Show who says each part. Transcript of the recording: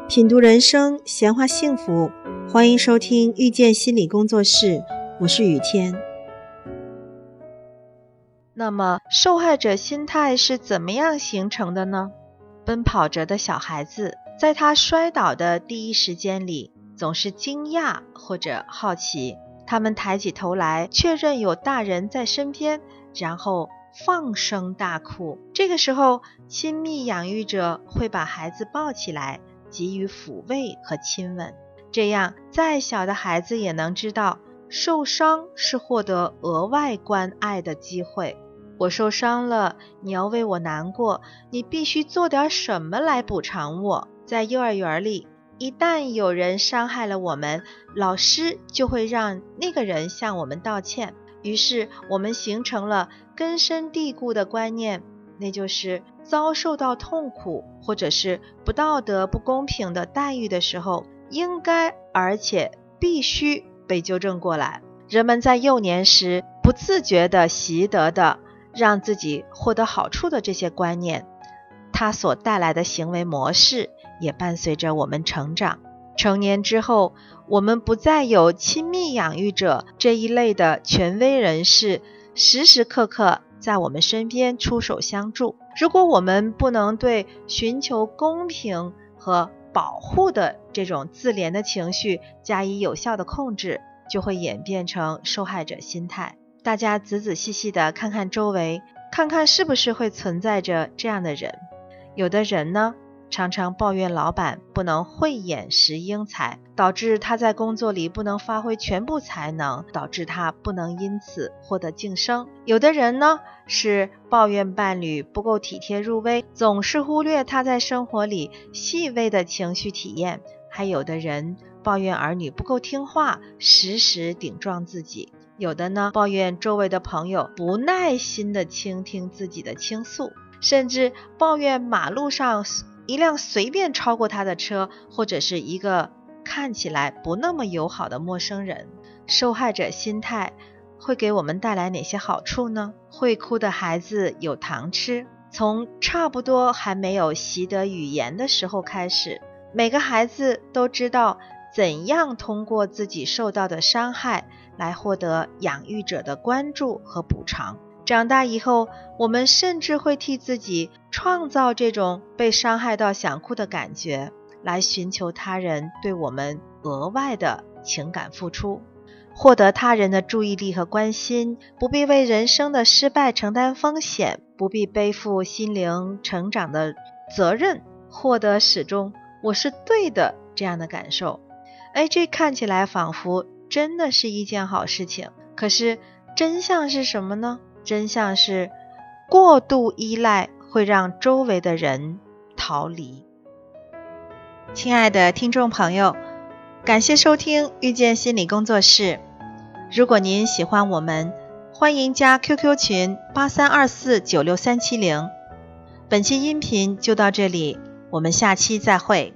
Speaker 1: 品读人生，闲话幸福，欢迎收听遇见心理工作室，我是雨天。
Speaker 2: 那么受害者心态是怎么样形成的呢？奔跑着的小孩子，在他摔倒的第一时间里，总是惊讶或者好奇，他们抬起头来，确认有大人在身边，然后放声大哭。这个时候，亲密养育者会把孩子抱起来，给予抚慰和亲吻，这样再小的孩子也能知道，受伤是获得额外关爱的机会。我受伤了，你要为我难过，你必须做点什么来补偿我。在幼儿园里，一旦有人伤害了我们，老师就会让那个人向我们道歉。于是我们形成了根深蒂固的观念，那就是遭受到痛苦或者是不道德不公平的待遇的时候，应该而且必须被纠正过来。人们在幼年时不自觉地习得的让自己获得好处的这些观念，它所带来的行为模式也伴随着我们成长。成年之后，我们不再有亲密养育者这一类的权威人士时时刻刻在我们身边出手相助。如果我们不能对寻求公平和保护的这种自怜的情绪加以有效的控制，就会演变成受害者心态。大家仔仔细细地看看周围，看看是不是会存在着这样的人。有的人呢，常常抱怨老板不能慧眼识英才，导致他在工作里不能发挥全部才能，导致他不能因此获得晋升。有的人呢，是抱怨伴侣不够体贴入微，总是忽略他在生活里细微的情绪体验。还有的人抱怨儿女不够听话，时时顶撞自己。有的呢，抱怨周围的朋友不耐心地倾听自己的倾诉，甚至抱怨马路上一辆随便超过他的车，或者是一个看起来不那么友好的陌生人。受害者心态会给我们带来哪些好处呢？会哭的孩子有糖吃。从差不多还没有习得语言的时候开始，每个孩子都知道怎样通过自己受到的伤害来获得养育者的关注和补偿。长大以后，我们甚至会替自己创造这种被伤害到想哭的感觉，来寻求他人对我们额外的情感付出，获得他人的注意力和关心，不必为人生的失败承担风险，不必背负心灵成长的责任，获得始终我是对的这样的感受。这看起来仿佛真的是一件好事情，可是真相是什么呢？真相是过度依赖会让周围的人逃离。亲爱的听众朋友，感谢收听遇见心理工作室。如果您喜欢我们，欢迎加 QQ 群83249630。本期音频就到这里，我们下期再会。